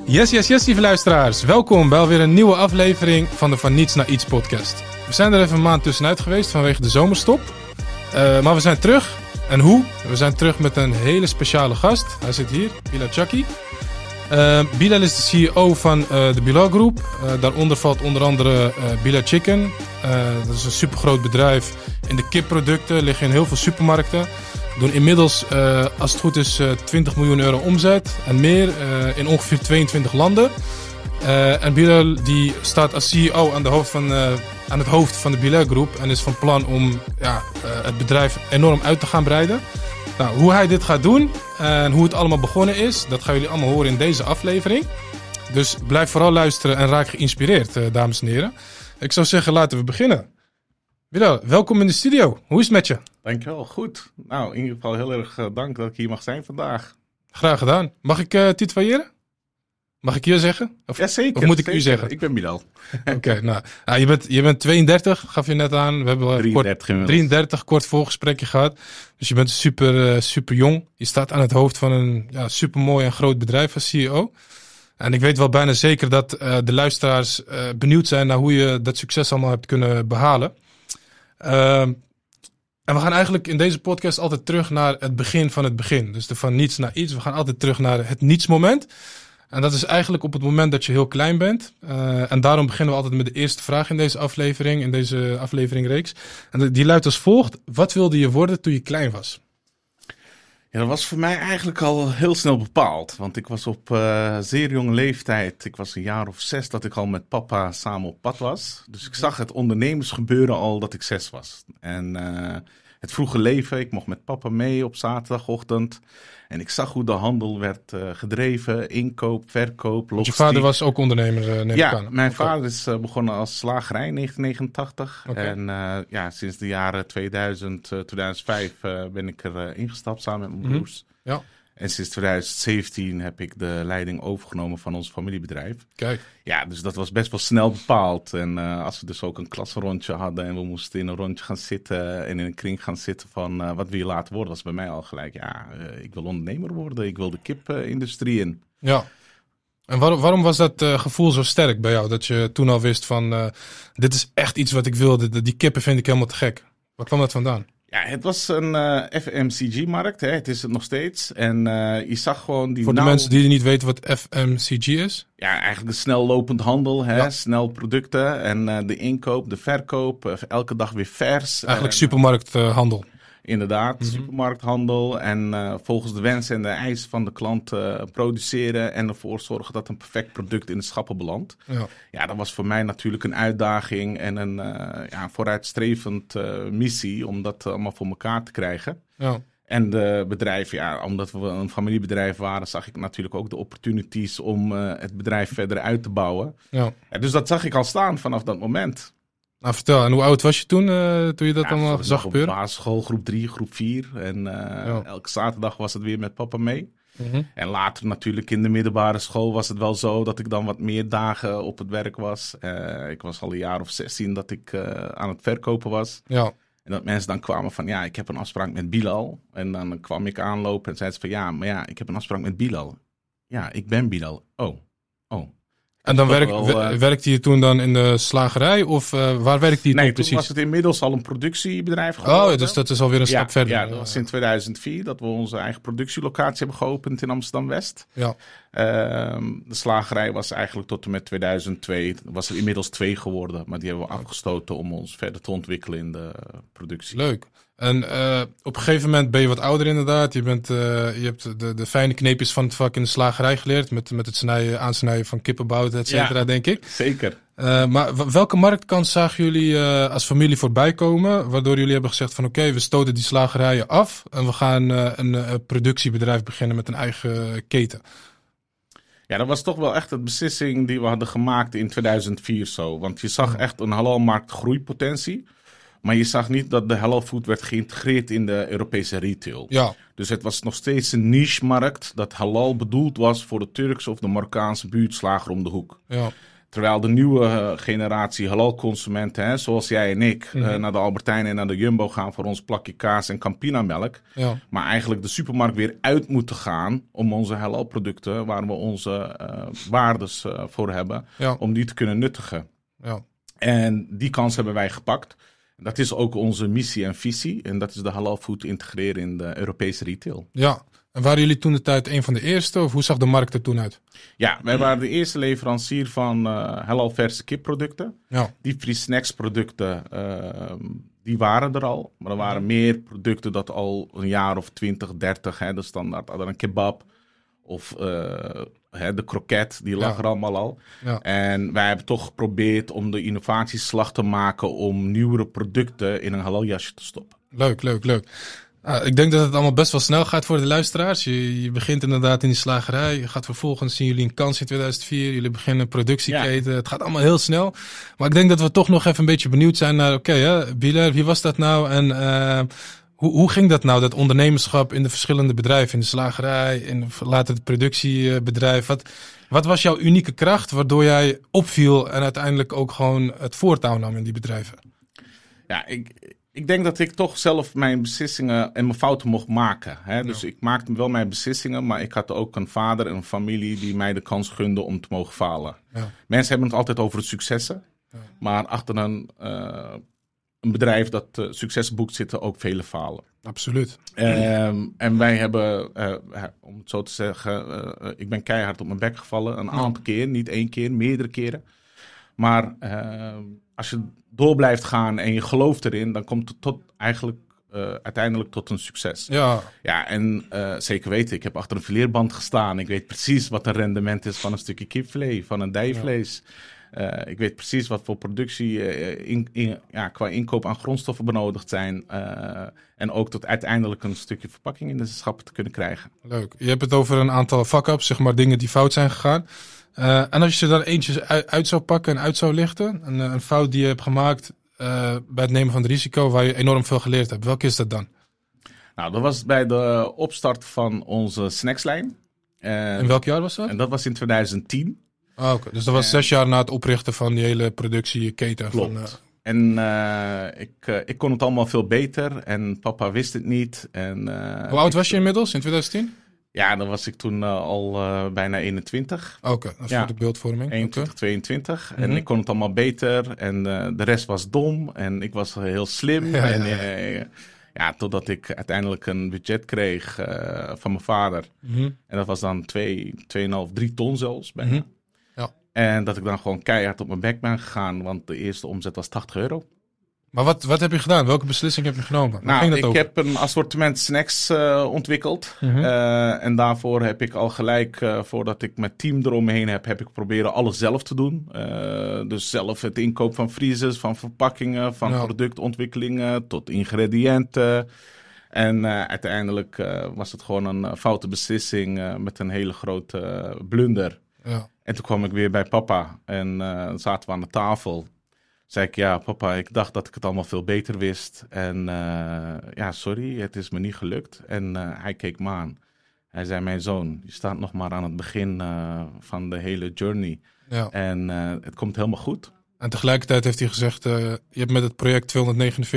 Yes, lieve luisteraars. Welkom bij alweer een nieuwe aflevering van de Van Niets naar Iets podcast. We zijn er even een maand tussenuit geweest vanwege de zomerstop. Maar we zijn terug. En hoe? We zijn terug met een hele speciale gast. Hij zit hier, Bilal Chaki. Bilal is de CEO van de Bilal Group. Daaronder valt onder andere Bilal Chicken. Dat is een supergroot bedrijf in de kipproducten. Liggen in heel veel supermarkten. Doen inmiddels, als het goed is, 20 miljoen euro omzet en meer in ongeveer 22 landen. En Bilal die staat als CEO aan het hoofd van de Bilal Group en is van plan om het bedrijf enorm uit te gaan breiden. Nou, hoe hij dit gaat doen en hoe het allemaal begonnen is, dat gaan jullie allemaal horen in deze aflevering. Dus blijf vooral luisteren en raak geïnspireerd, dames en heren. Ik zou zeggen, laten we beginnen. Bilal, welkom in de studio. Hoe is het met je? Dankjewel, goed. Nou, in ieder geval heel erg dank dat ik hier mag zijn vandaag. Graag gedaan. Mag ik titulaeren? Mag ik je zeggen? Ja, zeker. Of moet ik u zeggen? Ik ben Bilal. Oké, nou, je bent 32, gaf je net aan. We hebben 33 kort voorgesprekje gehad. Dus je bent super jong. Je staat aan het hoofd van een supermooi en groot bedrijf als CEO. En ik weet wel bijna zeker dat de luisteraars benieuwd zijn naar hoe je dat succes allemaal hebt kunnen behalen. En we gaan eigenlijk in deze podcast altijd terug naar het begin van het begin. Dus van niets naar iets. We gaan altijd terug naar het nietsmoment. En dat is eigenlijk op het moment dat je heel klein bent. En daarom beginnen we altijd met de eerste vraag in deze aflevering, in deze afleveringreeks. En die luidt als volgt. Wat wilde je worden toen je klein was? Ja, dat was voor mij eigenlijk al heel snel bepaald. Want ik was op zeer jonge leeftijd, ik was een jaar of 6 dat ik al met papa samen op pad was. Dus ik zag het ondernemersgebeuren al dat ik 6 was. En het vroege leven, ik mocht met papa mee op zaterdagochtend. En ik zag hoe de handel werd gedreven, inkoop, verkoop, logistiek. Je vader was ook ondernemer, neem ik aan. Ja, mijn vader is begonnen als slagerij in 1989. Okay. En sinds de jaren 2000, 2005 ben ik er ingestapt samen met mijn broers. Ja. En sinds 2017 heb ik de leiding overgenomen van ons familiebedrijf. Kijk. Ja, dus dat was best wel snel bepaald. En als we dus ook een klassenrondje hadden en we moesten in een rondje gaan zitten en in een kring gaan zitten van wat wil je laten worden, was bij mij al gelijk, ik wil ondernemer worden, ik wil de kipindustrie in. Ja. En waarom was dat gevoel zo sterk bij jou? Dat je toen al wist van, dit is echt iets wat ik wil, die kippen vind ik helemaal te gek. Waar kwam dat vandaan? Ja, het was een FMCG-markt. Het is het nog steeds. En je zag gewoon die... Voor de mensen die niet weten wat FMCG is? Ja, eigenlijk een snel lopend handel. Snel producten. En de inkoop, de verkoop. Elke dag weer vers. Eigenlijk supermarkthandel. Inderdaad, supermarkthandel. En volgens de wensen en de eisen van de klant produceren. En ervoor zorgen dat een perfect product in de schappen belandt. Ja, dat was voor mij natuurlijk een uitdaging en een vooruitstrevend missie om dat allemaal voor elkaar te krijgen. Ja. En de bedrijven, omdat we een familiebedrijf waren, zag ik natuurlijk ook de opportunities om het bedrijf verder uit te bouwen. Ja. Dus dat zag ik al staan vanaf dat moment. Nou, vertel, en hoe oud was je toen je dat allemaal zag gebeuren? Op basisschool, groep 3, groep 4. En elke zaterdag was het weer met papa mee. Mm-hmm. En later natuurlijk in de middelbare school was het wel zo dat ik dan wat meer dagen op het werk was. Ik was al een jaar of 16 dat ik aan het verkopen was. Ja. En dat mensen dan kwamen van, ik heb een afspraak met Bilal. En dan kwam ik aanlopen en zeiden ze van, ik heb een afspraak met Bilal. Ja, ik ben Bilal. Oh. En dan werkte je toen dan in de slagerij of waar werkte je toen precies? Toen was het inmiddels al een productiebedrijf geworden. Oh, dus dat is alweer een stap verder. Ja, dat was in 2004 dat we onze eigen productielocatie hebben geopend in Amsterdam-West. Ja. De slagerij was eigenlijk tot en met 2002, was er inmiddels 2 geworden. Maar die hebben we afgestoten om ons verder te ontwikkelen in de productie. Leuk. En op een gegeven moment ben je wat ouder inderdaad. Je hebt de fijne kneepjes van het vak in de slagerij geleerd. Met het aansnijden van kippenbouten, et cetera, denk ik. Zeker. Maar welke marktkans zagen jullie als familie voorbij komen? Waardoor jullie hebben gezegd van oké, we stoten die slagerijen af. En we gaan een productiebedrijf beginnen met een eigen keten. Ja, dat was toch wel echt een beslissing die we hadden gemaakt in 2004 zo. Want je zag echt een halalmarkt groeipotentie. Maar je zag niet dat de halal food werd geïntegreerd in de Europese retail. Ja. Dus het was nog steeds een niche-markt dat halal bedoeld was voor de Turkse of de Marokkaanse buurtslager om de hoek. Ja. Terwijl de nieuwe generatie halal-consumenten, zoals jij en ik, naar de Albert Heijn en naar de Jumbo gaan voor ons plakje kaas en Campina-melk. Ja. Maar eigenlijk de supermarkt weer uit moeten gaan om onze halal-producten, waar we onze waardes voor hebben, om die te kunnen nuttigen. Ja. En die kans hebben wij gepakt. Dat is ook onze missie en visie. En dat is de halal food integreren in de Europese retail. Ja. En waren jullie toen de tijd een van de eerste? Of hoe zag de markt er toen uit? Ja, wij waren de eerste leverancier van halal verse kipproducten. Ja. Die free snacks producten, die waren er al. Maar er waren meer producten dat al een jaar of 20, 30, de standaard hadden een kebab. Of de kroket, die lag er allemaal al. Ja. En wij hebben toch geprobeerd om de innovatieslag te maken om nieuwere producten in een halal jasje te stoppen. Leuk. Ik denk dat het allemaal best wel snel gaat voor de luisteraars. Je begint inderdaad in die slagerij. Je gaat vervolgens, zien jullie een kans in 2004. Jullie beginnen een productieketen. Ja. Het gaat allemaal heel snel. Maar ik denk dat we toch nog even een beetje benieuwd zijn naar... Bilal, wie was dat nou? En hoe ging dat nou, dat ondernemerschap in de verschillende bedrijven? In de slagerij, in later het productiebedrijf. Wat was jouw unieke kracht waardoor jij opviel... en uiteindelijk ook gewoon het voortouw nam in die bedrijven? Ja, ik denk dat ik toch zelf mijn beslissingen en mijn fouten mocht maken. Hè? Dus ik maakte wel mijn beslissingen, maar ik had ook een vader en een familie die mij de kans gunde om te mogen falen. Ja. Mensen hebben het altijd over het successen, maar achter een bedrijf dat succes boekt zitten ook vele falen. Absoluut. En wij hebben, om het zo te zeggen, ik ben keihard op mijn bek gevallen. Een aantal keer, niet 1 keer, meerdere keren. Maar als je door blijft gaan en je gelooft erin, dan komt het uiteindelijk tot een succes. Ja, en zeker weten, ik heb achter een fileerband gestaan. Ik weet precies wat een rendement is van een stukje kipvlees, van een dijvlees. Ik weet precies wat voor productie qua inkoop aan grondstoffen benodigd zijn. En ook tot uiteindelijk een stukje verpakking in de schappen te kunnen krijgen. Leuk. Je hebt het over een aantal fuck-ups, zeg maar dingen die fout zijn gegaan. En als je er dan eentje uit zou pakken en uit zou lichten, een fout die je hebt gemaakt bij het nemen van het risico, waar je enorm veel geleerd hebt. Welke is dat dan? Nou, dat was bij de opstart van onze snackslijn. In welk jaar was dat? En dat was in 2010. Oké. Dus dat was 6 jaar na het oprichten van die hele productieketen. Klopt. En ik kon het allemaal veel beter en papa wist het niet. Hoe oud was je inmiddels in 2010? Ja, dan was ik toen al bijna 21. Oké, dat is voor de beeldvorming. 21, 22. En ik kon het allemaal beter. En de rest was dom. En ik was heel slim. Totdat ik uiteindelijk een budget kreeg van mijn vader. En dat was dan 2,5, 3 ton zelfs bijna. Ja. En dat ik dan gewoon keihard op mijn bek ben gegaan. Want de eerste omzet was €80. Maar wat heb je gedaan? Welke beslissing heb je genomen? Ik heb een assortiment snacks ontwikkeld. En daarvoor heb ik al gelijk, voordat ik mijn team eromheen heb ik proberen alles zelf te doen. Dus zelf het inkoop van vriezers, van verpakkingen, van productontwikkelingen tot ingrediënten. En uiteindelijk was het gewoon een foute beslissing met een hele grote blunder. Ja. En toen kwam ik weer bij papa en zaten we aan de tafel. Zei ik, ja papa, ik dacht dat ik het allemaal veel beter wist. En sorry, het is me niet gelukt. En hij keek me aan. Hij zei, mijn zoon, je staat nog maar aan het begin van de hele journey. Ja. En het komt helemaal goed. En tegelijkertijd heeft hij gezegd, je hebt met het project €249.820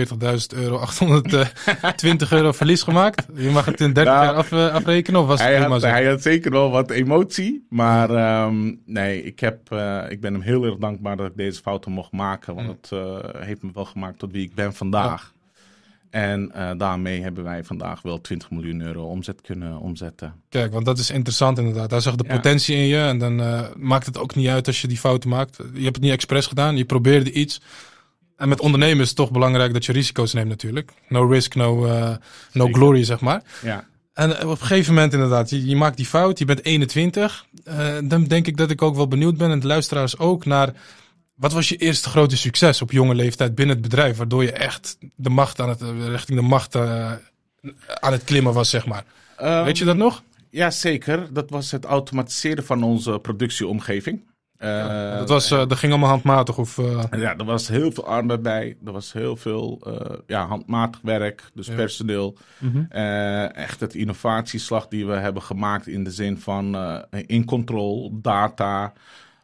verlies gemaakt. Je mag het in 30 jaar afrekenen, of was het prima zo? Hij had zeker wel wat emotie, maar ik ben hem heel erg dankbaar dat ik deze fouten mocht maken. Want het heeft me wel gemaakt tot wie ik ben vandaag. Ja. En daarmee hebben wij vandaag wel €20 miljoen omzet kunnen omzetten. Kijk, want dat is interessant inderdaad. Hij zag de potentie in je en dan maakt het ook niet uit als je die fouten maakt. Je hebt het niet expres gedaan, je probeerde iets. En met ondernemen is het toch belangrijk dat je risico's neemt natuurlijk. No risk, no glory, zeg maar. Ja. En op een gegeven moment inderdaad, je maakt die fout, je bent 21. Dan denk ik dat ik ook wel benieuwd ben, en de luisteraars ook, naar... Wat was je eerste grote succes op jonge leeftijd binnen het bedrijf, waardoor je echt richting de macht aan het klimmen was, zeg maar? Weet je dat nog? Ja, zeker. Dat was het automatiseren van onze productieomgeving. Dat ging allemaal handmatig? Ja, er was heel veel arbeid bij. Er was heel veel handmatig werk, dus personeel. Echt het innovatieslag die we hebben gemaakt in de zin van in control, data...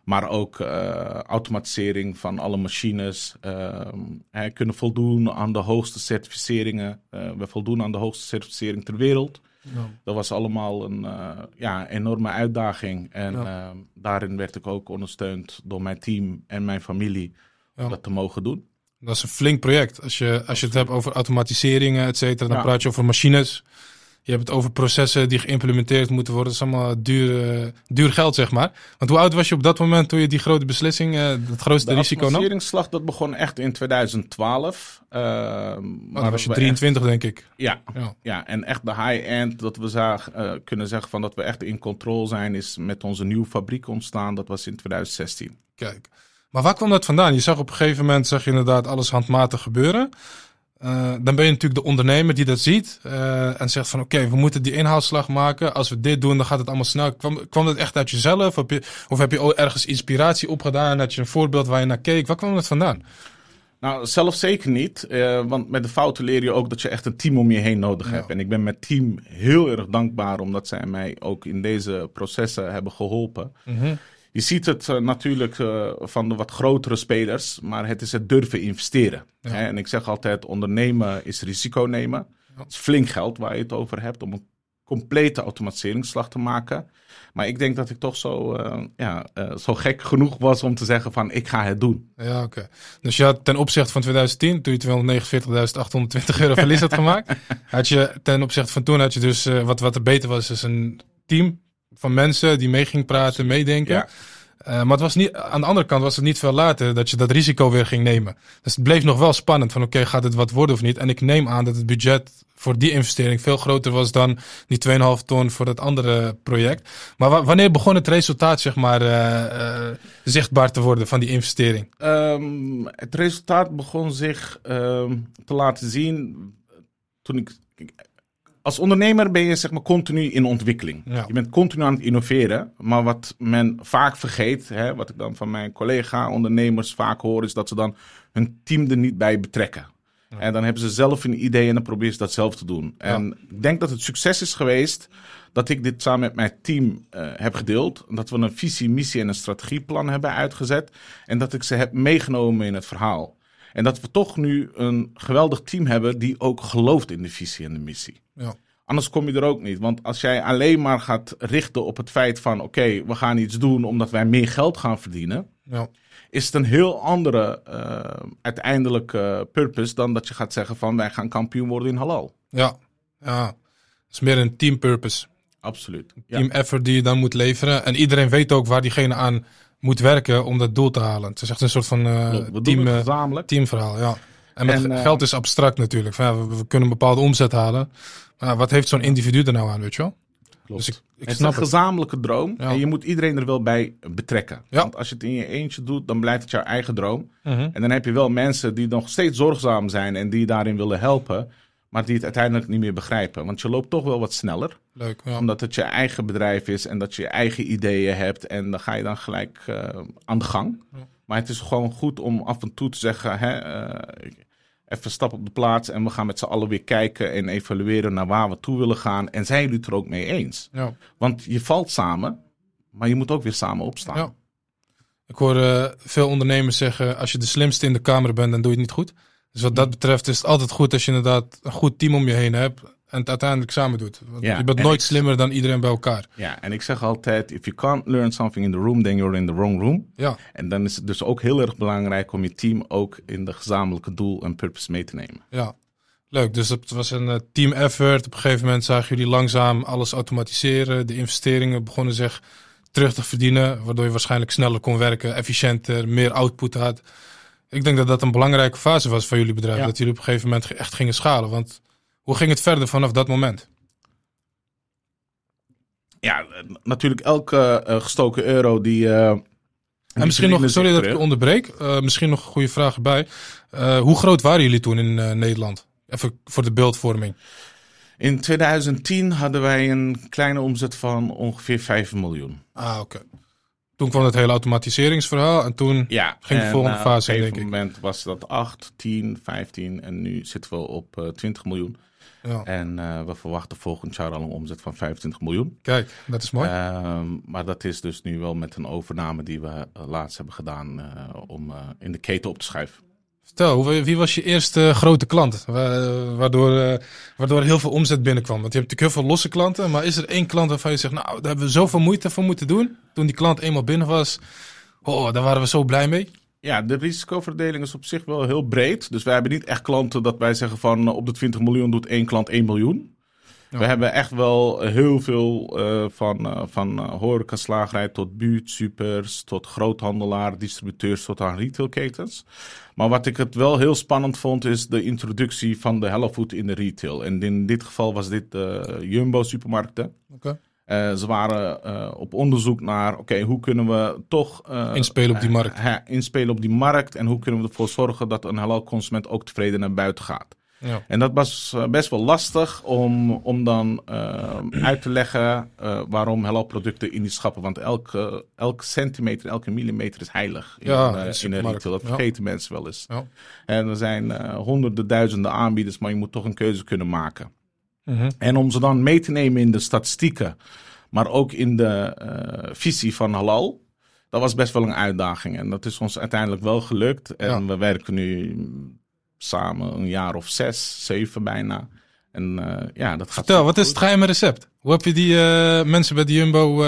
Maar ook automatisering van alle machines. Kunnen voldoen aan de hoogste certificeringen. We voldoen aan de hoogste certificering ter wereld. Ja. Dat was allemaal een enorme uitdaging. En daarin werd ik ook ondersteund door mijn team en mijn familie om dat te mogen doen. Dat is een flink project. Als je het hebt over automatiseringen, et cetera, dan praat je over machines. Je hebt het over processen die geïmplementeerd moeten worden. Dat is allemaal duur geld, zeg maar. Want hoe oud was je op dat moment toen je die grote beslissing, het grootste risico nam? De automatiseringsslag, dat begon echt in 2012. Maar was je 23, denk ik. Ja, en echt de high-end, dat we kunnen zeggen van dat we echt in control zijn, is met onze nieuwe fabriek ontstaan. Dat was in 2016. Kijk, maar waar kwam dat vandaan? Je zag op een gegeven moment, inderdaad alles handmatig gebeuren. Dan ben je natuurlijk de ondernemer die dat ziet en zegt van oké, we moeten die inhaalslag maken. Als we dit doen, dan gaat het allemaal snel. Kwam dat echt uit jezelf? Of heb je ergens inspiratie opgedaan en had je een voorbeeld waar je naar keek? Waar kwam dat vandaan? Nou, zelf zeker niet. Want met de fouten leer je ook dat je echt een team om je heen nodig hebt. En ik ben mijn team heel erg dankbaar omdat zij mij ook in deze processen hebben geholpen. Mm-hmm. Je ziet het natuurlijk van de wat grotere spelers, maar het is het durven investeren. Ja. En ik zeg altijd, ondernemen is risico nemen. Ja. Het is flink geld waar je het over hebt om een complete automatiseringsslag te maken. Maar ik denk dat ik toch zo gek genoeg was om te zeggen van ik ga het doen. Ja, oké. Dus je had ten opzichte van 2010, toen je €249.820 verlies had gemaakt, had je ten opzichte van toen had je dus wat er beter was, is een team van mensen die mee ging praten, meedenken. Ja. Maar het was niet, aan de andere kant was het niet veel later dat je dat risico weer ging nemen. Dus het bleef nog wel spannend van oké, gaat het wat worden of niet? En ik neem aan dat het budget voor die investering veel groter was dan die 2,5 ton voor dat andere project. Maar wanneer begon het resultaat zichtbaar te worden van die investering? Het resultaat begon zich te laten zien toen ik... Als ondernemer ben je continu in ontwikkeling. Ja. Je bent continu aan het innoveren. Maar wat men vaak vergeet, wat ik dan van mijn collega-ondernemers vaak hoor, is dat ze dan hun team er niet bij betrekken. Ja. En dan hebben ze zelf een idee en dan proberen ze dat zelf te doen. Ja. En ik denk dat het succes is geweest dat ik dit samen met mijn team heb gedeeld. Dat we een visie, missie en een strategieplan hebben uitgezet. En dat ik ze heb meegenomen in het verhaal. En dat we toch nu een geweldig team hebben die ook gelooft in de visie en de missie. Ja. Anders kom je er ook niet. Want als jij alleen maar gaat richten op het feit van oké, we gaan iets doen omdat wij meer geld gaan verdienen. Ja. Is het een heel andere uiteindelijke purpose dan dat je gaat zeggen van wij gaan kampioen worden in halal. Ja. Het is meer een team purpose. Absoluut. Team effort die je dan moet leveren. En iedereen weet ook waar diegene aan moet werken om dat doel te halen. Het is echt een soort van teamverhaal. Ja. En met geld is abstract natuurlijk. Van, we kunnen een bepaalde omzet halen. Maar wat heeft zo'n individu er nou aan, weet je wel? Klopt. Dus ik snap het is een gezamenlijke droom. Ja. En je moet iedereen er wel bij betrekken. Ja. Want als je het in je eentje doet, dan blijft het jouw eigen droom. Uh-huh. En dan heb je wel mensen die nog steeds zorgzaam zijn en die je daarin willen helpen. Maar die het uiteindelijk niet meer begrijpen. Want je loopt toch wel wat sneller. Leuk, ja. Omdat het je eigen bedrijf is en dat je je eigen ideeën hebt. En dan ga je dan gelijk aan de gang. Ja. Maar het is gewoon goed om af en toe te zeggen, even een stap op de plaats. En we gaan met z'n allen weer kijken en evalueren naar waar we toe willen gaan. En zijn jullie het er ook mee eens? Ja. Want je valt samen, maar je moet ook weer samen opstaan. Ja. Ik hoor veel ondernemers zeggen, als je de slimste in de kamer bent, dan doe je het niet goed. Dus wat dat betreft is het altijd goed als je inderdaad een goed team om je heen hebt en het uiteindelijk samen doet. Je bent nooit slimmer dan iedereen bij elkaar. Ja, en ik zeg altijd, if you can't learn something in the room, then you're in the wrong room. Ja. En dan is het dus ook heel erg belangrijk om je team ook in de gezamenlijke doel en purpose mee te nemen. Ja, leuk. Dus het was een team effort. Op een gegeven moment zagen jullie langzaam alles automatiseren. De investeringen begonnen zich terug te verdienen, waardoor je waarschijnlijk sneller kon werken, efficiënter, meer output had. Ik denk dat dat een belangrijke fase was van jullie bedrijf. Ja. Dat jullie op een gegeven moment echt gingen schalen. Want hoe ging het verder vanaf dat moment? Ja, natuurlijk elke gestoken euro die... en misschien nog, sorry dat ik je onderbreek. Misschien nog een goede vraag erbij. Hoe groot waren jullie toen in Nederland? Even voor de beeldvorming. In 2010 hadden wij een kleine omzet van ongeveer 5 miljoen. Ah, oké. Toen kwam het hele automatiseringsverhaal en toen ging de volgende fase, denk ik. Op een gegeven moment was dat 8, 10, 15 en nu zitten we op 20 miljoen. Ja. En we verwachten volgend jaar al een omzet van 25 miljoen. Kijk, dat is mooi. Maar dat is dus nu wel met een overname die we laatst hebben gedaan om in de keten op te schuiven. Vertel, wie was je eerste grote klant? Waardoor heel veel omzet binnenkwam. Want je hebt natuurlijk heel veel losse klanten. Maar is er één klant waarvan je zegt, nou, daar hebben we zoveel moeite voor moeten doen. Toen die klant eenmaal binnen was, daar waren we zo blij mee. Ja, de risicoverdeling is op zich wel heel breed. Dus wij hebben niet echt klanten dat wij zeggen van op de 20 miljoen doet één klant 1 miljoen. Ja. We hebben echt wel heel veel van horeca, slagerij tot buurt, supers, tot groothandelaar, distributeurs tot aan retailketens. Maar wat ik het wel heel spannend vond is de introductie van de Hello Food in de retail. En in dit geval was dit Jumbo supermarkten. Okay. Ze waren op onderzoek naar, hoe kunnen we toch inspelen op die markt. Inspelen op die markt en hoe kunnen we ervoor zorgen dat een halal consument ook tevreden naar buiten gaat. Ja. En dat was best wel lastig om dan uit te leggen waarom halal producten in die schappen. Want elke centimeter, elke millimeter is heilig in de retail. Dat vergeten mensen wel eens. Ja. En er zijn honderden, duizenden aanbieders, maar je moet toch een keuze kunnen maken. Mm-hmm. En om ze dan mee te nemen in de statistieken, maar ook in de visie van halal, dat was best wel een uitdaging. En dat is ons uiteindelijk wel gelukt. En we werken nu samen een jaar of 6, 7 bijna. En dat gaat. Vertel, wat is het geheime recept? Hoe heb je die mensen bij de Jumbo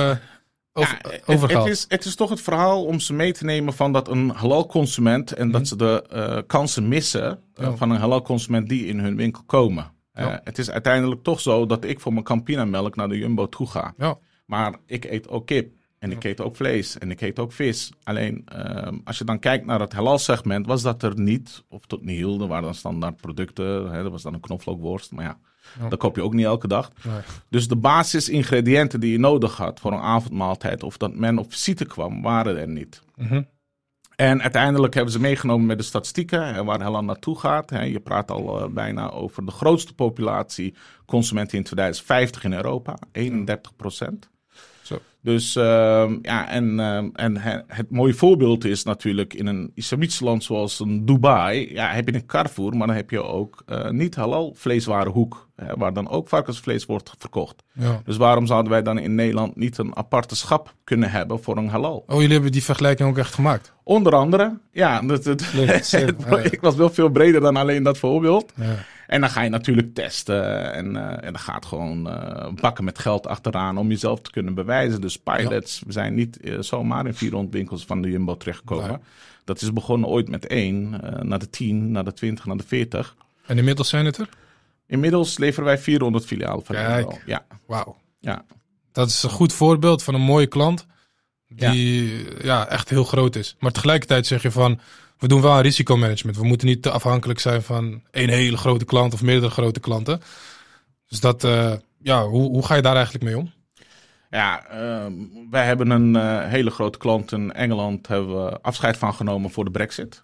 overgehaald? Het is toch het verhaal om ze mee te nemen van dat een halal consument en dat ze de kansen missen van een halal consument die in hun winkel komen. Het is uiteindelijk toch zo dat ik voor mijn Campina melk naar de Jumbo toe ga. Ja. Maar ik eet ook kip. En ik eet ook vlees en ik eet ook vis. Alleen als je dan kijkt naar het halal segment, was dat er niet, of tot niet hield. Er waren dan standaard producten. Er was dan een knoflookworst. Maar dat koop je ook niet elke dag. Nee. Dus de basisingrediënten die je nodig had voor een avondmaaltijd, of dat men op visite kwam, waren er niet. Mm-hmm. En uiteindelijk hebben ze meegenomen met de statistieken waar halal naartoe gaat. Je praat al bijna over de grootste populatie consumenten in 2050 in Europa. 31%. Zo. Dus het mooie voorbeeld is natuurlijk in een islamitisch land zoals een Dubai. Ja, heb je een Carrefour, maar dan heb je ook niet halal vleeswarenhoek. Waar dan ook varkensvlees wordt verkocht. Ja. Dus waarom zouden wij dan in Nederland niet een aparte schap kunnen hebben voor een halal? Oh, jullie hebben die vergelijking ook echt gemaakt? Onder andere, ja. Het project was wel veel breder dan alleen dat voorbeeld. Ja. En dan ga je natuurlijk testen en dan gaat gewoon bakken met geld achteraan om jezelf te kunnen bewijzen. Dus pilots, we zijn niet zomaar in 400 winkels van de Jumbo terechtgekomen. Nee. Dat is begonnen ooit met 1, naar de 10, naar de 20, naar de 40. En inmiddels zijn het er? Inmiddels leveren wij 400 filialen van Jumbo. Ja. Wauw. Ja. Dat is een goed voorbeeld van een mooie klant die echt heel groot is. Maar tegelijkertijd zeg je van, we doen wel een risicomanagement. We moeten niet te afhankelijk zijn van één hele grote klant of meerdere grote klanten. Dus dat, hoe ga je daar eigenlijk mee om? Ja, wij hebben een hele grote klant in Engeland. Hebben we afscheid van genomen voor de Brexit.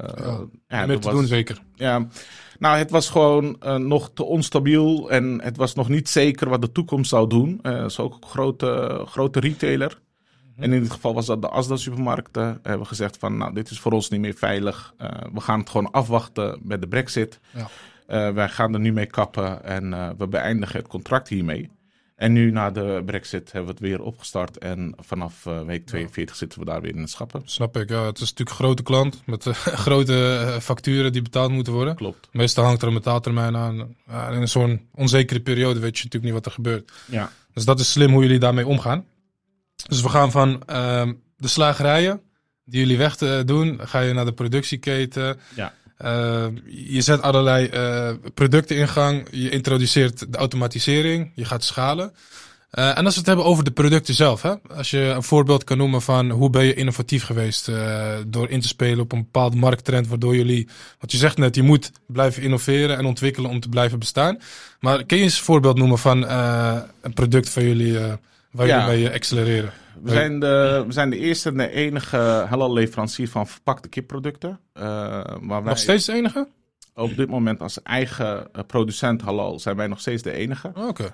Meer te doen zeker. Ja, nou het was gewoon nog te onstabiel. En het was nog niet zeker wat de toekomst zou doen. Het is ook een grote retailer. En in dit geval was dat de Asda supermarkten. Hebben we gezegd van, nou, dit is voor ons niet meer veilig. We gaan het gewoon afwachten met de Brexit. Ja. Wij gaan er nu mee kappen en we beëindigen het contract hiermee. En nu na de Brexit hebben we het weer opgestart. En vanaf week 42 zitten we daar weer in de schappen. Snap ik, ja. Het is natuurlijk een grote klant met grote facturen die betaald moeten worden. Klopt. Meestal hangt er een betaaltermijn aan. In zo'n onzekere periode weet je natuurlijk niet wat er gebeurt. Ja. Dus dat is slim hoe jullie daarmee omgaan. Dus we gaan van de slagerijen die jullie weg doen, ga je naar de productieketen. Ja. Je zet allerlei producten in gang. Je introduceert de automatisering. Je gaat schalen. En als we het hebben over de producten zelf. Hè? Als je een voorbeeld kan noemen van hoe ben je innovatief geweest door in te spelen op een bepaalde markttrend. Waardoor jullie, want je zegt net, je moet blijven innoveren en ontwikkelen om te blijven bestaan. Maar kun je eens een voorbeeld noemen van een product van jullie waar jullie mee accelereren? We zijn de eerste en de enige halal leverancier van verpakte kipproducten. Nog steeds de enige? Op dit moment als eigen producent halal zijn wij nog steeds de enige. Oké.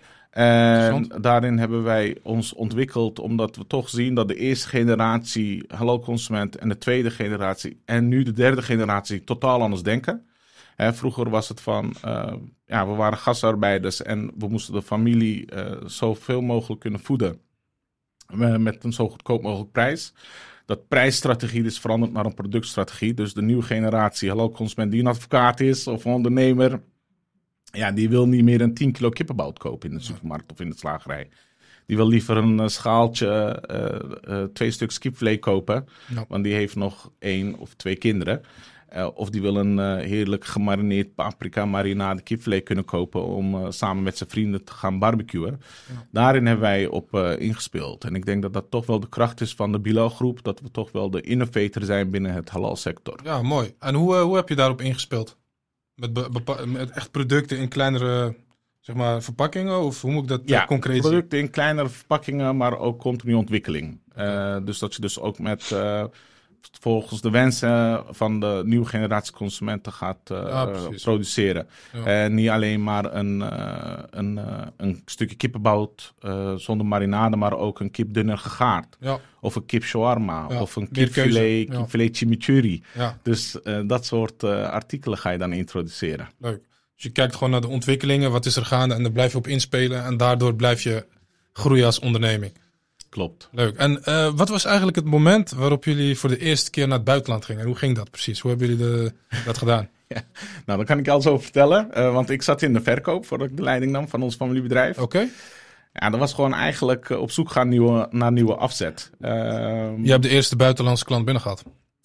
En daarin hebben wij ons ontwikkeld omdat we toch zien dat de eerste generatie halal consument en de tweede generatie en nu de derde generatie totaal anders denken. Vroeger was het van, we waren gastarbeiders en we moesten de familie zoveel mogelijk kunnen voeden met een zo goedkoop mogelijk prijs. Dat prijsstrategie is veranderd naar een productstrategie. Dus de nieuwe generatie, hallo consument die een advocaat is of een ondernemer, die wil niet meer een 10 kilo kippenbout kopen in de supermarkt of in de slagerij. Die wil liever een schaaltje 2 stuks kipvlees kopen, want die heeft nog 1 of 2 kinderen. Of die wil een heerlijk gemarineerd paprika marinade kipvlees kunnen kopen om samen met zijn vrienden te gaan barbecuen. Ja. Daarin hebben wij op ingespeeld. En ik denk dat dat toch wel de kracht is van de Bilal groep, dat we toch wel de innovator zijn binnen het halal sector. Ja, mooi. En hoe heb je daarop ingespeeld? Met echt producten in kleinere verpakkingen? Of hoe moet ik dat concreet zien? Producten in kleinere verpakkingen, maar ook continu ontwikkeling. Dus dat je dus ook met volgens de wensen van de nieuwe generatie consumenten gaat produceren. Ja. Niet alleen maar een stukje kippenbout zonder marinade, maar ook een kip dunner gegaard. Ja. Of een kip shawarma, of een kipfilet chimichurri. Ja. Dus dat soort artikelen ga je dan introduceren. Leuk. Dus je kijkt gewoon naar de ontwikkelingen, wat is er gaande en daar blijf je op inspelen en daardoor blijf je groeien als onderneming. Klopt. Leuk. En wat was eigenlijk het moment waarop jullie voor de eerste keer naar het buitenland gingen? En hoe ging dat precies? Hoe hebben jullie dat gedaan? Ja. Nou, dat kan ik al zo vertellen. Want ik zat in de verkoop voordat ik de leiding nam van ons familiebedrijf. Oké. Ja, dat was gewoon eigenlijk op zoek gaan naar nieuwe afzet. Je hebt de eerste buitenlandse klant binnen gehad?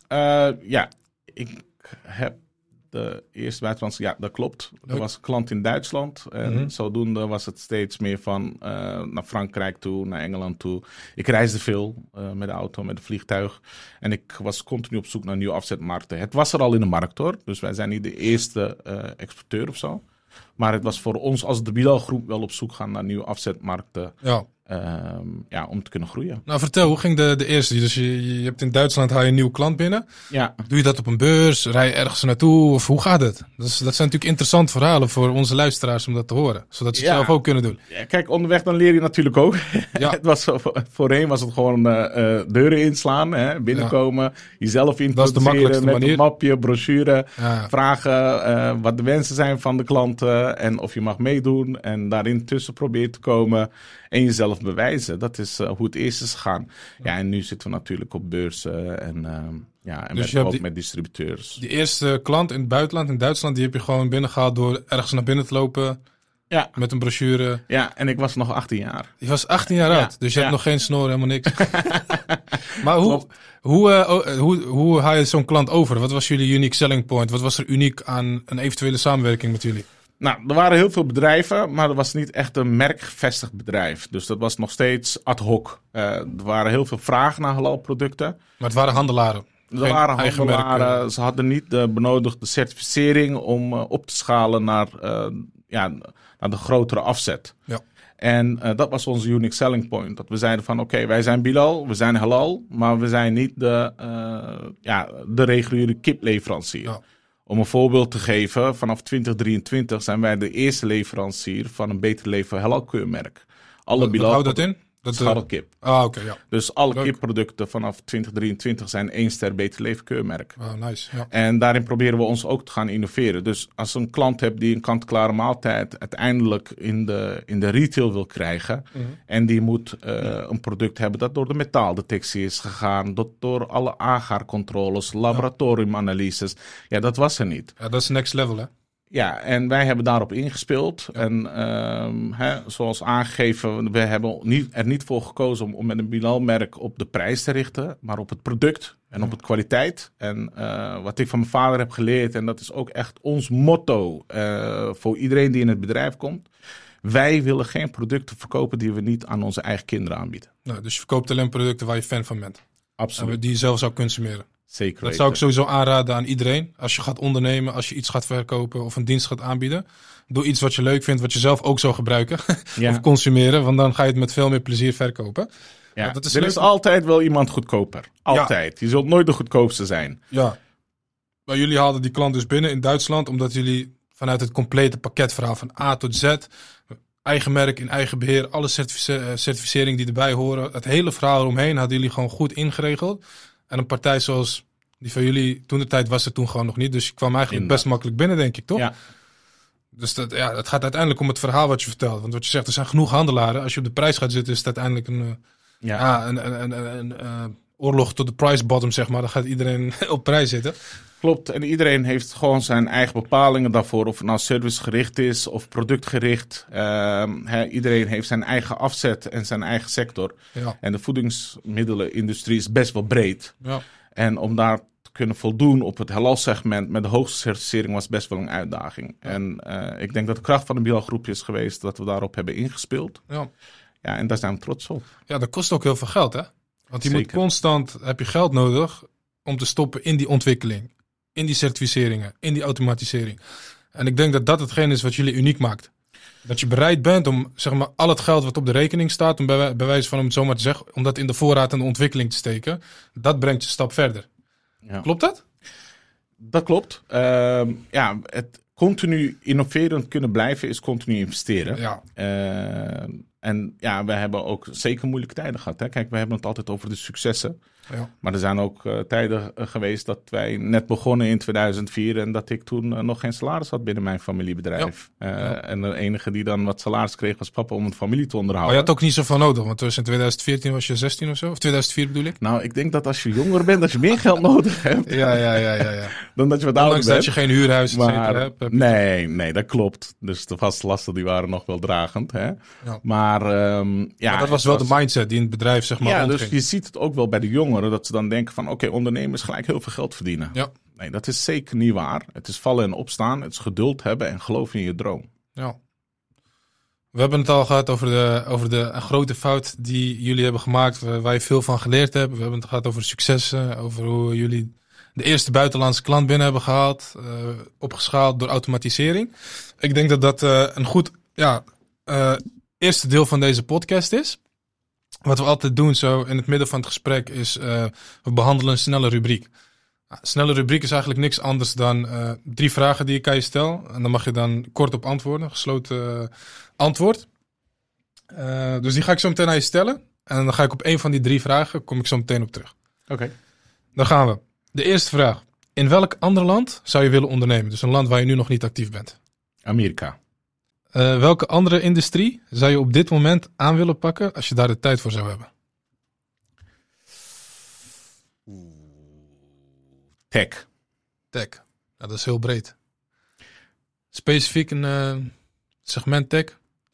Ik heb de eerste buitenlandse, ja, dat klopt. Er was een klant in Duitsland. En zodoende was het steeds meer van naar Frankrijk toe, naar Engeland toe. Ik reisde veel met de auto, met het vliegtuig. En ik was continu op zoek naar nieuwe afzetmarkten. Het was er al in de markt hoor. Dus wij zijn niet de eerste exporteur of zo. Maar het was voor ons als de Bilal groep wel op zoek gaan naar nieuwe afzetmarkten. Ja. Om te kunnen groeien. Nou, vertel, hoe ging de eerste? Dus je hebt in Duitsland haal je een nieuwe klant binnen. Ja. Doe je dat op een beurs? Rij je ergens naartoe? Of hoe gaat het? Dat zijn natuurlijk interessante verhalen voor onze luisteraars om dat te horen. Zodat ze het zelf ook kunnen doen. Ja, kijk, onderweg dan leer je natuurlijk ook. Ja. Voorheen was het gewoon deuren inslaan, hè, binnenkomen, jezelf introduceren met een mapje, brochure, vragen wat de wensen zijn van de klanten en of je mag meedoen en daarin tussen proberen te komen en jezelf bewijzen. Dat is hoe het eerst is gegaan. Ja, en nu zitten we natuurlijk op beurzen en dus ook met distributeurs. Die eerste klant in het buitenland, in Duitsland, die heb je gewoon binnengehaald door ergens naar binnen te lopen. Ja. Met een brochure. Ja, en ik was nog 18 jaar. Je was 18 jaar oud, dus je hebt nog geen snor, helemaal niks. Maar hoe haal je zo'n klant over? Wat was jullie unique selling point? Wat was er uniek aan een eventuele samenwerking met jullie? Nou, er waren heel veel bedrijven, maar er was niet echt een merkgevestigd bedrijf. Dus dat was nog steeds ad hoc. Er waren heel veel vragen naar halalproducten. Maar het waren handelaren? Er waren handelaren. Ze hadden niet de benodigde certificering om op te schalen naar de grotere afzet. Ja. En dat was onze unique selling point. Dat we zeiden van oké, wij zijn Bilal, we zijn halal, maar we zijn niet de reguliere kipleverancier. Ja. Om een voorbeeld te geven, vanaf 2023 zijn wij de eerste leverancier van een Beter Leven halal keurmerk. Wat houdt dat in? Scharrelkip. Oké, ja. Dus alle kipproducten vanaf 2023 zijn 1 ster Beter Leven keurmerk. Nice. Ja. En daarin proberen we ons ook te gaan innoveren. Dus als een klant hebt die een kant-klare maaltijd uiteindelijk in de retail wil krijgen. En die moet een product hebben dat door de metaaldetectie is gegaan. door alle agaarcontroles, laboratoriumanalyses. Ja, dat was er niet. Ja, dat is next level, hè? Ja, en wij hebben daarop ingespeeld. Ja. En zoals aangegeven, we hebben er niet voor gekozen om met een Bilal-merk op de prijs te richten, maar op het product en op het kwaliteit. En wat ik van mijn vader heb geleerd, en dat is ook echt ons motto voor iedereen die in het bedrijf komt. Wij willen geen producten verkopen die we niet aan onze eigen kinderen aanbieden. Nou, dus je verkoopt alleen producten waar je fan van bent. Absoluut. En die je zelf zou consumeren. Zeker weten. Dat zou ik sowieso aanraden aan iedereen. Als je gaat ondernemen, als je iets gaat verkopen of een dienst gaat aanbieden. Doe iets wat je leuk vindt, wat je zelf ook zou gebruiken. Of consumeren, want dan ga je het met veel meer plezier verkopen. Ja, er is altijd wel iemand goedkoper. Altijd. Ja. Je zult nooit de goedkoopste zijn. Ja. Maar jullie haalden die klant dus binnen in Duitsland, omdat jullie vanuit het complete pakketverhaal van A tot Z, eigen merk in eigen beheer, alle certificering die erbij horen, het hele verhaal eromheen hadden jullie gewoon goed ingeregeld. En een partij zoals Die van jullie, toen de tijd was er toen gewoon nog niet. Dus je kwam eigenlijk best makkelijk binnen, denk ik, toch? Ja. Dus het gaat uiteindelijk om het verhaal wat je vertelt. Want wat je zegt, er zijn genoeg handelaren. Als je op de prijs gaat zitten, is het uiteindelijk een oorlog tot de price bottom, zeg maar. Dan gaat iedereen op prijs zitten. Klopt, en iedereen heeft gewoon zijn eigen bepalingen daarvoor. Of het nou servicegericht is of productgericht. Iedereen heeft zijn eigen afzet en zijn eigen sector. Ja. En de voedingsmiddelenindustrie is best wel breed. Ja. En om daar te kunnen voldoen op het halal-segment met de hoogste certificering was best wel een uitdaging. Ja. En ik denk dat de kracht van de Bilal Groepje is geweest dat we daarop hebben ingespeeld. Ja. Ja, en daar zijn we trots op. Ja, dat kost ook heel veel geld, hè? Want je moet constant, heb je geld nodig om te stoppen in die ontwikkeling. In die certificeringen, in die automatisering. En ik denk dat dat hetgeen is wat jullie uniek maakt. Dat je bereid bent om, zeg maar, al het geld wat op de rekening staat, om bij wijze van, om het zo maar te zeggen, om dat in de voorraad en de ontwikkeling te steken. Dat brengt je een stap verder. Ja. Klopt dat? Dat klopt. Het continu innoverend kunnen blijven is continu investeren. Ja. En ja, we hebben ook zeker moeilijke tijden gehad. Hè? Kijk, we hebben het altijd over de successen. Ja. Maar er zijn ook tijden geweest dat wij net begonnen in 2004... en dat ik toen nog geen salaris had binnen mijn familiebedrijf. Ja. En de enige die dan wat salaris kreeg was papa om een familie te onderhouden. Maar je had ook niet zoveel nodig, want in 2014 was je 16 of zo? Of 2004 bedoel ik? Nou, ik denk dat als je jonger bent, dat je meer geld nodig hebt. Ja. Dan dat je wat ouder bent. Dat je geen huurhuis hebt. Nee, dat klopt. Dus de vaste lasten die waren nog wel dragend. Hè? Ja. Maar dat was wel de mindset die in het bedrijf, zeg maar, ja, rondging. Dus je ziet het ook wel bij de jongeren, dat ze dan denken van oké, ondernemers gelijk heel veel geld verdienen. Ja. Nee, dat is zeker niet waar. Het is vallen en opstaan, het is geduld hebben en geloven in je droom. Ja. We hebben het al gehad over de grote fout die jullie hebben gemaakt, waar je veel van geleerd hebt. We hebben het gehad over de successen, over hoe jullie de eerste buitenlandse klant binnen hebben gehaald, opgeschaald door automatisering. Ik denk dat dat een goed eerste deel van deze podcast is. Wat we altijd doen zo in het midden van het gesprek is, we behandelen een snelle rubriek. Snelle rubriek is eigenlijk niks anders dan 3 vragen die ik aan je stel. En dan mag je dan kort op antwoorden, gesloten antwoord. Dus die ga ik zo meteen aan je stellen. En dan ga ik op 1 van die 3 vragen, kom ik zo meteen op terug. Oké. Dan gaan we. De eerste vraag. In welk ander land zou je willen ondernemen? Dus een land waar je nu nog niet actief bent. Amerika. Welke andere industrie zou je op dit moment aan willen pakken als je daar de tijd voor zou hebben? Tech. Tech. Nou, dat is heel breed. Specifiek een segment tech?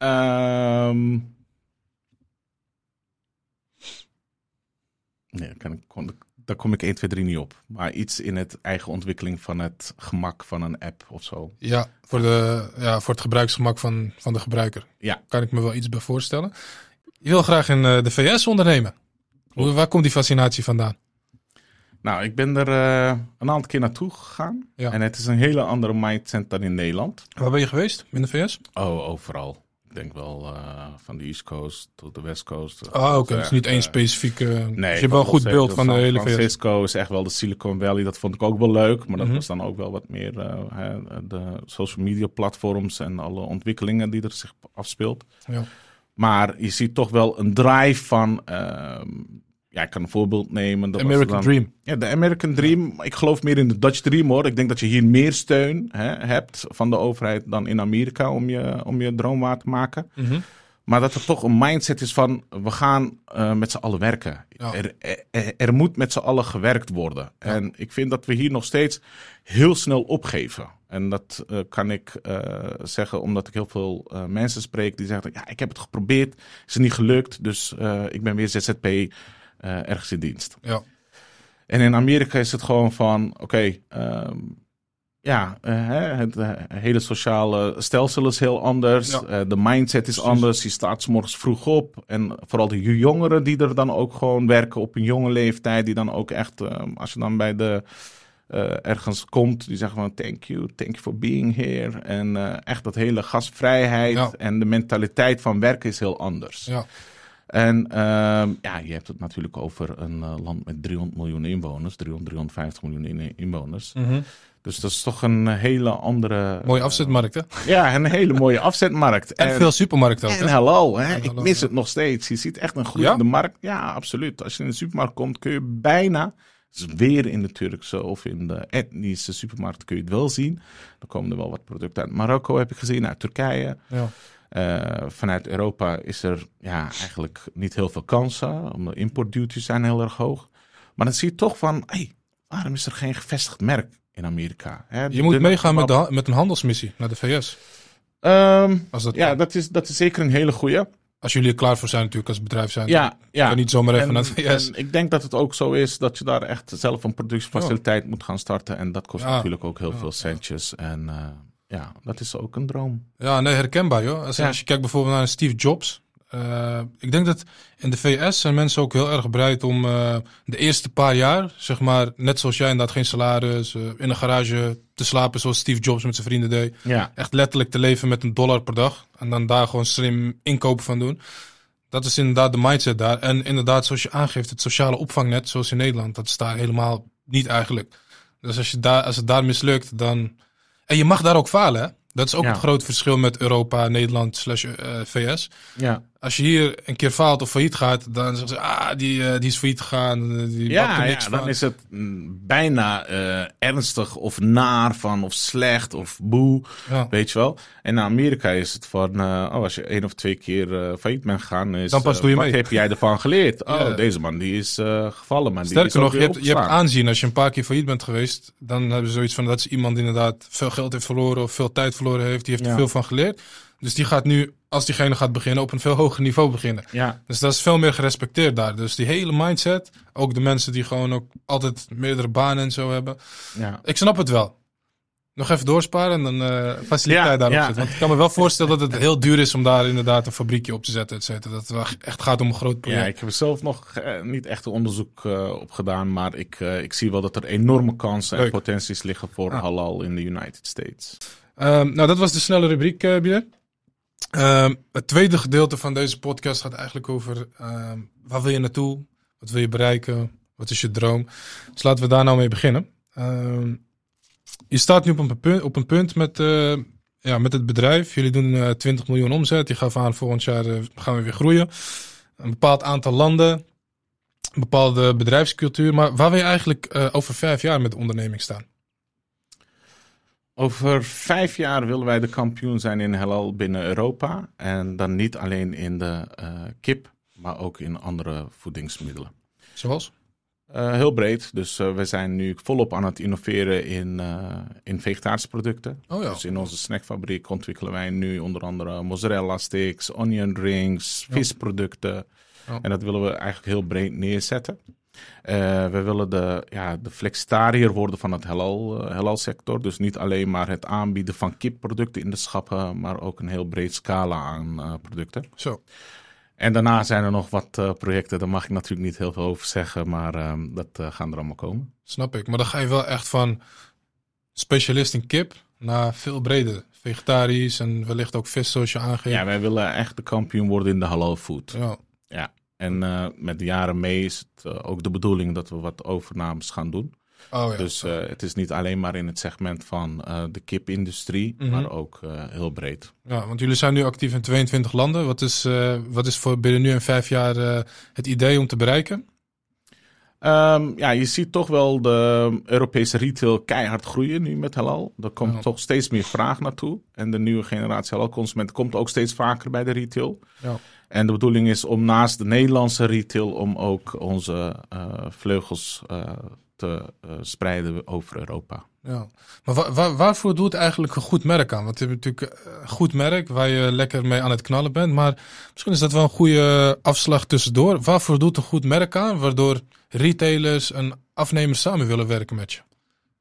Nee, daar kom ik 1, 2, 3 niet op. Maar iets in het eigen ontwikkeling van het gemak van een app of zo. Ja, voor het gebruiksgemak van de gebruiker. Ja. Kan ik me wel iets bij voorstellen. Je wil graag in de VS ondernemen. Waar komt die fascinatie vandaan? Nou, ik ben er een aantal keer naartoe gegaan. Ja. En het is een hele andere mindset dan in Nederland. Waar ben je geweest in de VS? Oh, overal. Ik denk wel van de East Coast tot de West Coast. Oké. Dus niet één specifieke... Nee, dus je hebt wel een goed beeld van de hele VS. San Francisco is echt wel de Silicon Valley. Dat vond ik ook wel leuk. Maar dat was dan ook wel wat meer de social media platforms en alle ontwikkelingen die er zich afspeelt. Ja. Maar je ziet toch wel een drive van... ik kan een voorbeeld nemen. De American Dream. Ja, de American Dream. Ik geloof meer in de Dutch Dream, hoor. Ik denk dat je hier meer steun hebt van de overheid dan in Amerika om je droom waar te maken. Mm-hmm. Maar dat er toch een mindset is van, we gaan met z'n allen werken. Ja. Er moet met z'n allen gewerkt worden. Ja. En ik vind dat we hier nog steeds heel snel opgeven. En dat kan ik zeggen omdat ik heel veel mensen spreek die zeggen, ja, ik heb het geprobeerd, is het niet gelukt, dus ik ben weer ZZP ergens in dienst. Ja. En in Amerika is het gewoon van, het hele sociale stelsel is heel anders. Ja. De mindset is anders. Je staat 's morgens vroeg op. En vooral de jongeren die er dan ook gewoon werken op een jonge leeftijd. Die dan ook echt, als je dan bij de ergens komt, die zeggen van thank you for being here. En echt dat hele gastvrijheid en de mentaliteit van werken is heel anders. Ja. En je hebt het natuurlijk over een land met 300 miljoen inwoners. 350 miljoen inwoners. Mm-hmm. Dus dat is toch een hele andere... Mooie afzetmarkt, hè? Ja, een hele mooie afzetmarkt. En veel supermarkten ook, en halal, hè? Ik mis het nog steeds. Je ziet echt een groeiende markt. Ja, absoluut. Als je in de supermarkt komt, kun je bijna Dus weer in de Turkse of in de etnische supermarkt kun je het wel zien. Dan komen er wel wat producten uit Marokko, heb ik gezien, uit Turkije. Ja. Vanuit Europa is er eigenlijk niet heel veel kansen. Omdat importduties zijn heel erg hoog. Maar dan zie je toch van, waarom is er geen gevestigd merk in Amerika? Je moet meegaan met een handelsmissie naar de VS. Dat is zeker een hele goeie. Als jullie er klaar voor zijn natuurlijk als bedrijf zijn. Ja. Kan niet zomaar even naar de VS. En ik denk dat het ook zo is dat je daar echt zelf een productiefaciliteit moet gaan starten. En dat kost natuurlijk ook heel veel centjes. En dat is ook een droom. Ja, nee, herkenbaar joh. Als je kijkt bijvoorbeeld naar Steve Jobs. Ik denk dat in de VS zijn mensen ook heel erg bereid om de eerste paar jaar, zeg maar, net zoals jij inderdaad, geen salaris, in een garage te slapen zoals Steve Jobs met zijn vrienden deed. Ja. Echt letterlijk te leven met $1 per dag en dan daar gewoon slim inkopen van doen. Dat is inderdaad de mindset daar. En inderdaad, zoals je aangeeft, het sociale opvangnet, zoals in Nederland, dat is daar helemaal niet eigenlijk. Dus als het daar mislukt, dan... En je mag daar ook falen, hè? Dat is ook het grote verschil met Europa, Nederland /VS. Ja. Als je hier een keer faalt of failliet gaat, dan zeggen ze, die is failliet gegaan. Die dan is het bijna ernstig of naar van of slecht of boe, weet je wel. En in Amerika is het van, als je 1 of 2 keer failliet bent gegaan, is, dan pas doe je wat mee. Heb jij ervan geleerd? Deze man die is gevallen, maar sterker die is nog, je hebt aanzien als je een paar keer failliet bent geweest, dan hebben ze zoiets van, dat is iemand die inderdaad veel geld heeft verloren of veel tijd verloren heeft, die heeft er veel van geleerd. Dus die gaat nu, als diegene gaat beginnen, op een veel hoger niveau beginnen. Ja. Dus dat is veel meer gerespecteerd daar. Dus die hele mindset, ook de mensen die gewoon ook altijd meerdere banen en zo hebben. Ja. Ik snap het wel. Nog even doorsparen en dan faciliteit daarop zetten. Want ik kan me wel voorstellen dat het heel duur is om daar inderdaad een fabriekje op te zetten, et cetera. Dat het wel echt gaat om een groot project. Ja, ik heb er zelf nog niet echt een onderzoek op gedaan, maar ik zie wel dat er enorme kansen en potenties liggen voor halal in de United States. Dat was de snelle rubriek, Bier. Het tweede gedeelte van deze podcast gaat eigenlijk over waar wil je naartoe? Wat wil je bereiken? Wat is je droom? Dus laten we daar nou mee beginnen. Je staat nu op een punt met het bedrijf. Jullie doen 20 miljoen omzet. Je gaf aan, volgend jaar gaan we weer groeien. Een bepaald aantal landen. Een bepaalde bedrijfscultuur. Maar waar wil je eigenlijk over 5 jaar met de onderneming staan? Over 5 jaar willen wij de kampioen zijn in halal binnen Europa. En dan niet alleen in de kip, maar ook in andere voedingsmiddelen. Zoals? Heel breed. Dus we zijn nu volop aan het innoveren in vegetarische producten. Oh ja. Dus in onze snackfabriek ontwikkelen wij nu onder andere mozzarella sticks, onion rings, visproducten. Oh. En dat willen we eigenlijk heel breed neerzetten. We willen de flexitariër worden van het halal sector. Dus niet alleen maar het aanbieden van kipproducten in de schappen, maar ook een heel breed scala aan producten. Zo. En daarna zijn er nog wat projecten, daar mag ik natuurlijk niet heel veel over zeggen, maar dat gaan er allemaal komen. Snap ik, maar dan ga je wel echt van specialist in kip naar veel breder. Vegetarisch en wellicht ook vis zoals je aangeeft. Ja, wij willen echt de kampioen worden in de halal food. Ja. En met de jaren mee is het ook de bedoeling dat we wat overnames gaan doen. Oh ja. Dus het is niet alleen maar in het segment van de kipindustrie, maar ook heel breed. Ja, want jullie zijn nu actief in 22 landen. Wat is voor binnen nu en 5 jaar het idee om te bereiken? Je ziet toch wel de Europese retail keihard groeien nu met halal. Er komt toch steeds meer vraag naartoe. En de nieuwe generatie halal-consumenten komt ook steeds vaker bij de retail. Ja. En de bedoeling is om naast de Nederlandse retail om ook onze vleugels te spreiden over Europa. Ja. Maar waarvoor doet eigenlijk een goed merk aan? Want je hebt natuurlijk een goed merk waar je lekker mee aan het knallen bent. Maar misschien is dat wel een goede afslag tussendoor. Waarvoor doet een goed merk aan? Waardoor retailers en afnemers samen willen werken met je?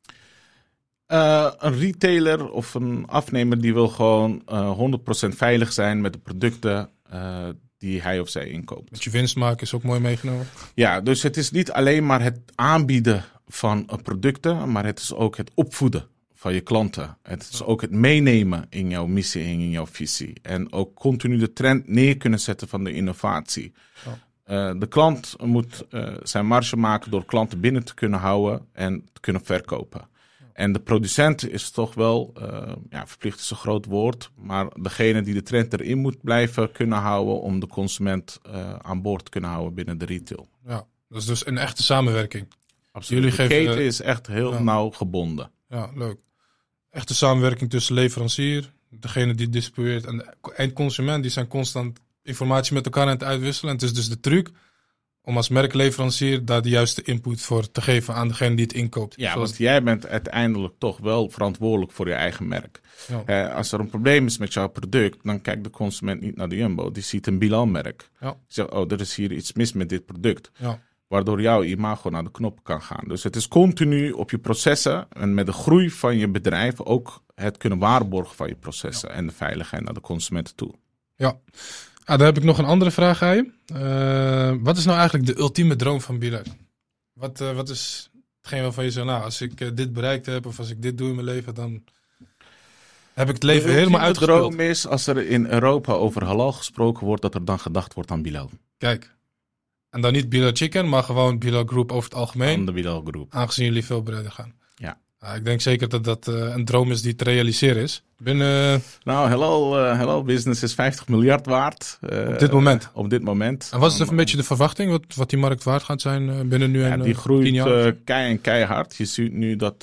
Een retailer of een afnemer die wil gewoon 100% veilig zijn met de producten die hij of zij inkoopt. Met je winst maken is ook mooi meegenomen. Ja, dus het is niet alleen maar het aanbieden van producten, maar het is ook het opvoeden van je klanten. Het is ook het meenemen in jouw missie en in jouw visie. En ook continu de trend neer kunnen zetten van de innovatie. De klant moet zijn marge maken door klanten binnen te kunnen houden en te kunnen verkopen. En de producent is toch wel, verplicht is een groot woord, maar degene die de trend erin moet blijven kunnen houden om de consument aan boord te kunnen houden binnen de retail. Ja, dat is dus een echte samenwerking. Absoluut. Jullie geven, keten is echt heel nauw gebonden. Ja, leuk. Echte samenwerking tussen leverancier, degene die distribueert en de eindconsument. Die zijn constant informatie met elkaar aan het uitwisselen. En het is dus de truc om als merkleverancier daar de juiste input voor te geven aan degene die het inkoopt. Ja, want jij bent uiteindelijk toch wel verantwoordelijk voor je eigen merk. Ja. Als er een probleem is met jouw product, dan kijkt de consument niet naar de Jumbo. Die ziet een Bilal-merk. Ja. Die zegt, er is hier iets mis met dit product. Ja. Waardoor jouw imago naar de knoppen kan gaan. Dus het is continu op je processen en met de groei van je bedrijf ook het kunnen waarborgen van je processen en de veiligheid naar de consumenten toe. Ja. Dan heb ik nog een andere vraag aan je. Wat is nou eigenlijk de ultieme droom van Bilal? Wat is hetgeen waarvan je zegt, nou, als ik dit bereikt heb of als ik dit doe in mijn leven, dan heb ik het leven helemaal uitgespeeld. De droom is, als er in Europa over halal gesproken wordt, dat er dan gedacht wordt aan Bilal. Kijk. En dan niet Bilal Chicken, maar gewoon Bilal Group over het algemeen. Van de Bilal Group. Aangezien jullie veel breder gaan. Ja. Ik denk zeker dat dat een droom is die te realiseren is. Nou, Halal Business is 50 miljard waard. Op dit moment? Op dit moment. En wat is een beetje de verwachting? Wat die markt waard gaat zijn binnen nu en 10 jaar? Die groeit keihard. Je ziet nu dat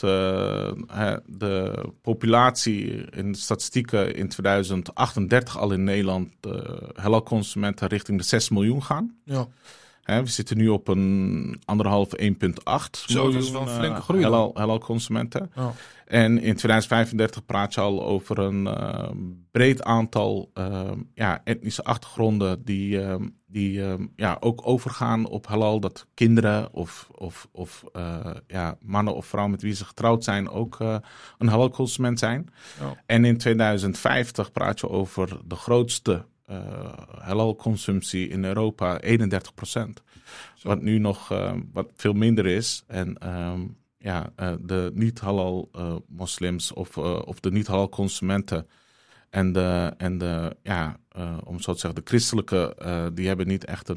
de populatie in de statistieken in 2038 al in Nederland halal consumenten richting de 6 miljoen gaan. Ja. We zitten nu op een 1,5, 1,8 miljoen. Zo, dat is wel een flinke groei. Halal consumenten. Oh. En in 2035 praat je al over een breed aantal etnische achtergronden die ook overgaan op halal. Dat kinderen of mannen of vrouwen met wie ze getrouwd zijn ook een halal consument zijn. Oh. En in 2050 praat je over de grootste halal-consumptie in Europa, 31%. Wat nu nog wat veel minder is. En de niet-halal moslims of de niet-halal consumenten en om het zo te zeggen, de christelijke, die hebben niet echt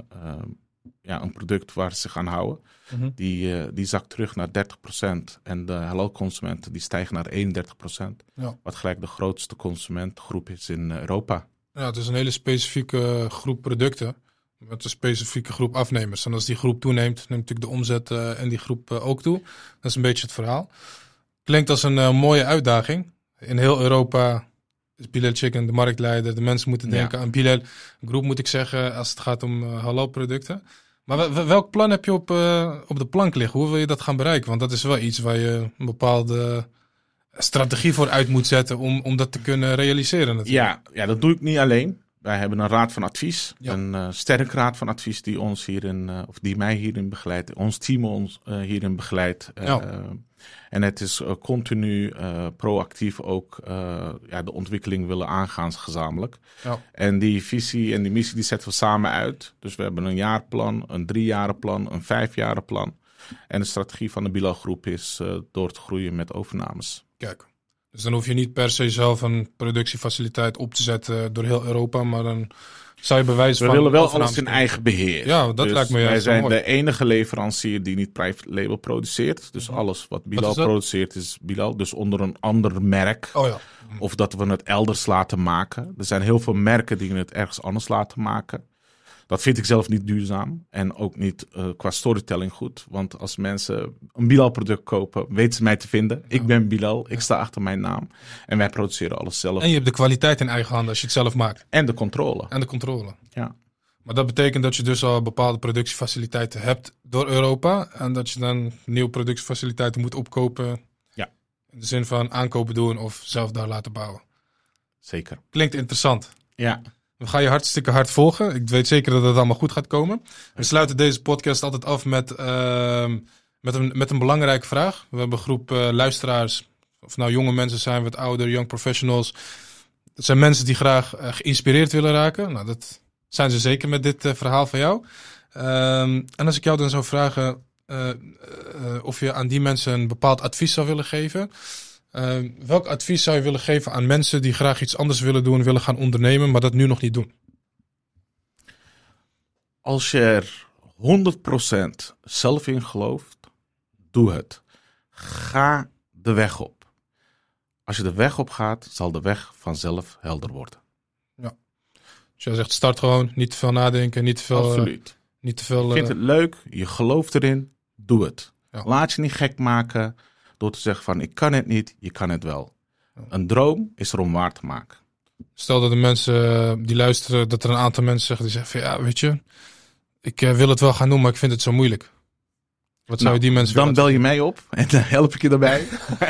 een product waar ze zich aan houden. Mm-hmm. Die zakt terug naar 30%. En de halal-consumenten die stijgen naar 31%. Ja. Wat gelijk de grootste consumentengroep is in Europa. Ja, het is een hele specifieke groep producten met een specifieke groep afnemers. En als die groep toeneemt, neemt natuurlijk de omzet en die groep ook toe. Dat is een beetje het verhaal. Klinkt als een mooie uitdaging. In heel Europa is Bilal Chicken de marktleider. De mensen moeten denken aan Bilal Group, moet ik zeggen, als het gaat om halal producten. Maar welk plan heb je op de plank liggen? Hoe wil je dat gaan bereiken? Want dat is wel iets waar je een bepaalde strategie voor uit moet zetten om dat te kunnen realiseren natuurlijk. Ja, dat doe ik niet alleen. Wij hebben een raad van advies, een sterke raad van advies die ons die mij hierin begeleidt, ons team hierin begeleidt. En het is continu proactief ook de ontwikkeling willen aangaan gezamenlijk. Ja. En die visie en die missie die zetten we samen uit. Dus we hebben een jaarplan, een 3-jarenplan, een 5-jarenplan. En de strategie van de Bilal Groep is door te groeien met overnames. Kijk, dus dan hoef je niet per se zelf een productiefaciliteit op te zetten door heel Europa, maar dan zou je bewijzen van... We willen wel alles in eigen beheer. Ja, dat lijkt me juist. Wij zijn de enige leverancier die niet private label produceert. Dus alles wat Bilal produceert is Bilal, dus onder een ander merk. Oh ja. Of dat we het elders laten maken. Er zijn heel veel merken die het ergens anders laten maken. Dat vind ik zelf niet duurzaam en ook niet qua storytelling goed. Want als mensen een Bilal-product kopen, weten ze mij te vinden. Ja. Ik ben Bilal, ik sta achter mijn naam. En wij produceren alles zelf. En je hebt de kwaliteit in eigen handen als je het zelf maakt. En de controle. Ja. Maar dat betekent dat je dus al bepaalde productiefaciliteiten hebt door Europa. En dat je dan nieuwe productiefaciliteiten moet opkopen. Ja. In de zin van aankopen doen of zelf daar laten bouwen. Zeker. Klinkt interessant. Ja. We gaan je hartstikke hard volgen. Ik weet zeker dat het allemaal goed gaat komen. We sluiten deze podcast altijd af met een belangrijke vraag. We hebben een groep luisteraars. Of nou jonge mensen zijn, wat ouder, young professionals. Dat zijn mensen die graag geïnspireerd willen raken. Nou, dat zijn ze zeker met dit verhaal van jou. En als ik jou dan zou vragen of je aan die mensen een bepaald advies zou willen geven. Welk advies zou je willen geven aan mensen die graag iets anders willen doen, willen gaan ondernemen, maar dat nu nog niet doen? Als je er 100% zelf in gelooft, doe het. Ga de weg op. Als je de weg op gaat, zal de weg vanzelf helder worden. Ja. Dus jij zegt start gewoon, niet te veel nadenken, niet te veel... Absoluut. Niet te veel, je vindt het leuk, je gelooft erin, doe het. Ja. Laat je niet gek maken door te zeggen van ik kan het niet, je kan het wel. Ja. Een droom is er om waar te maken. Stel dat de mensen die luisteren, dat er een aantal mensen zeggen, die zeggen van ja, weet je, ik wil het wel gaan doen, maar ik vind het zo moeilijk. Wat zou je die mensen dan bel je mij op en dan help ik je daarbij.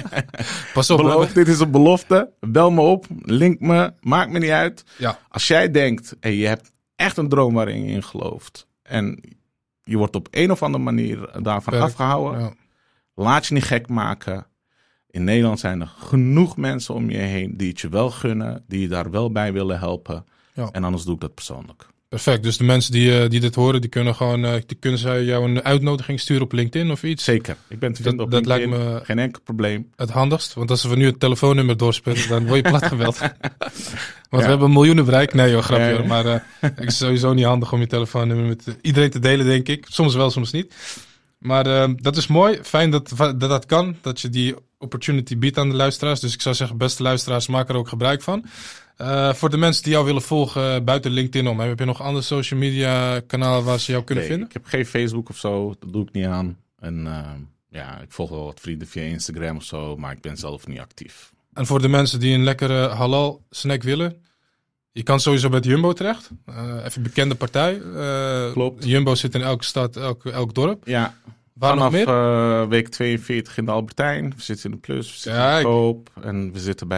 Pas op. Dit is een belofte. Bel me op, link me, maakt me niet uit. Ja. Als jij denkt, hey, je hebt echt een droom waarin je in gelooft en je wordt op een of andere manier daarvan afgehouden, ja. Laat je niet gek maken. In Nederland zijn er genoeg mensen om je heen die het je wel gunnen, die je daar wel bij willen helpen. Ja. En anders doe ik dat persoonlijk. Perfect. Dus de mensen die dit horen, die kunnen zij jou een uitnodiging sturen op LinkedIn of iets? Zeker. Ik ben te vinden op LinkedIn. Dat lijkt me geen enkel probleem. Het handigst. Want als we nu het telefoonnummer doorspelen, dan word je platgebeld. Want we hebben miljoenen bereik. Nee joh, grapje. Ja. Maar het is sowieso niet handig om je telefoonnummer met iedereen te delen, denk ik. Soms wel, soms niet. Maar dat is mooi. Fijn dat kan. Dat je die opportunity biedt aan de luisteraars. Dus ik zou zeggen, beste luisteraars, maak er ook gebruik van. Voor de mensen die jou willen volgen buiten LinkedIn om, heb je nog andere social media kanalen waar ze jou kunnen vinden? Ik heb geen Facebook of zo, dat doe ik niet aan. En ik volg wel wat vrienden via Instagram of zo, maar ik ben zelf niet actief. En voor de mensen die een lekkere halal snack willen, je kan sowieso bij Jumbo terecht. Even een bekende partij. Klopt. Jumbo zit in elke stad, elk dorp. Ja. Vanaf week 42 in de Albertijn. We zitten in de Plus, we zitten in de Koop. En we zitten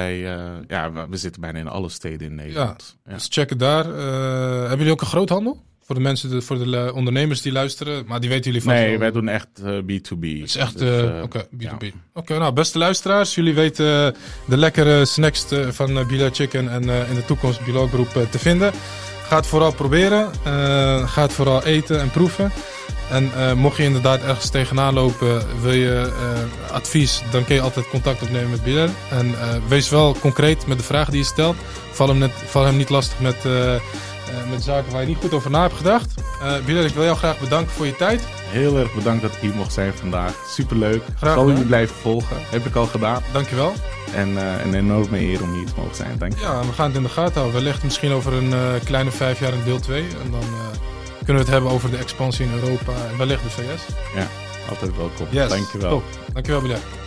we zitten bijna in alle steden in Nederland. Ja. Dus check het daar. Hebben jullie ook een groothandel? Voor de mensen, voor de ondernemers die luisteren. Maar die weten jullie van. Nee, wij doen echt B2B. Het is echt B2B. Ja. Oké, nou beste luisteraars. Jullie weten de lekkere snacks van Bilal Chicken en in de toekomst Bilal Groep te vinden. Ga het vooral proberen. Ga het vooral eten en proeven. En mocht je inderdaad ergens tegenaan lopen, wil je advies, dan kun je altijd contact opnemen met Bilal. En wees wel concreet met de vragen die je stelt. Val hem niet lastig met zaken waar je niet goed over na hebt gedacht. Bilal, ik wil jou graag bedanken voor je tijd. Heel erg bedankt dat ik hier mocht zijn vandaag. Superleuk. Zal jullie blijven volgen. Heb ik al gedaan. Dankjewel. En een enorme eer om hier te mogen zijn. Dank je. Ja, we gaan het in de gaten houden. Wellicht misschien over een kleine 5 jaar in deel 2. En dan kunnen we het hebben over de expansie in Europa en wellicht de VS. Ja, altijd welkom. Yes. Dankjewel. Top. Dankjewel, Bilal.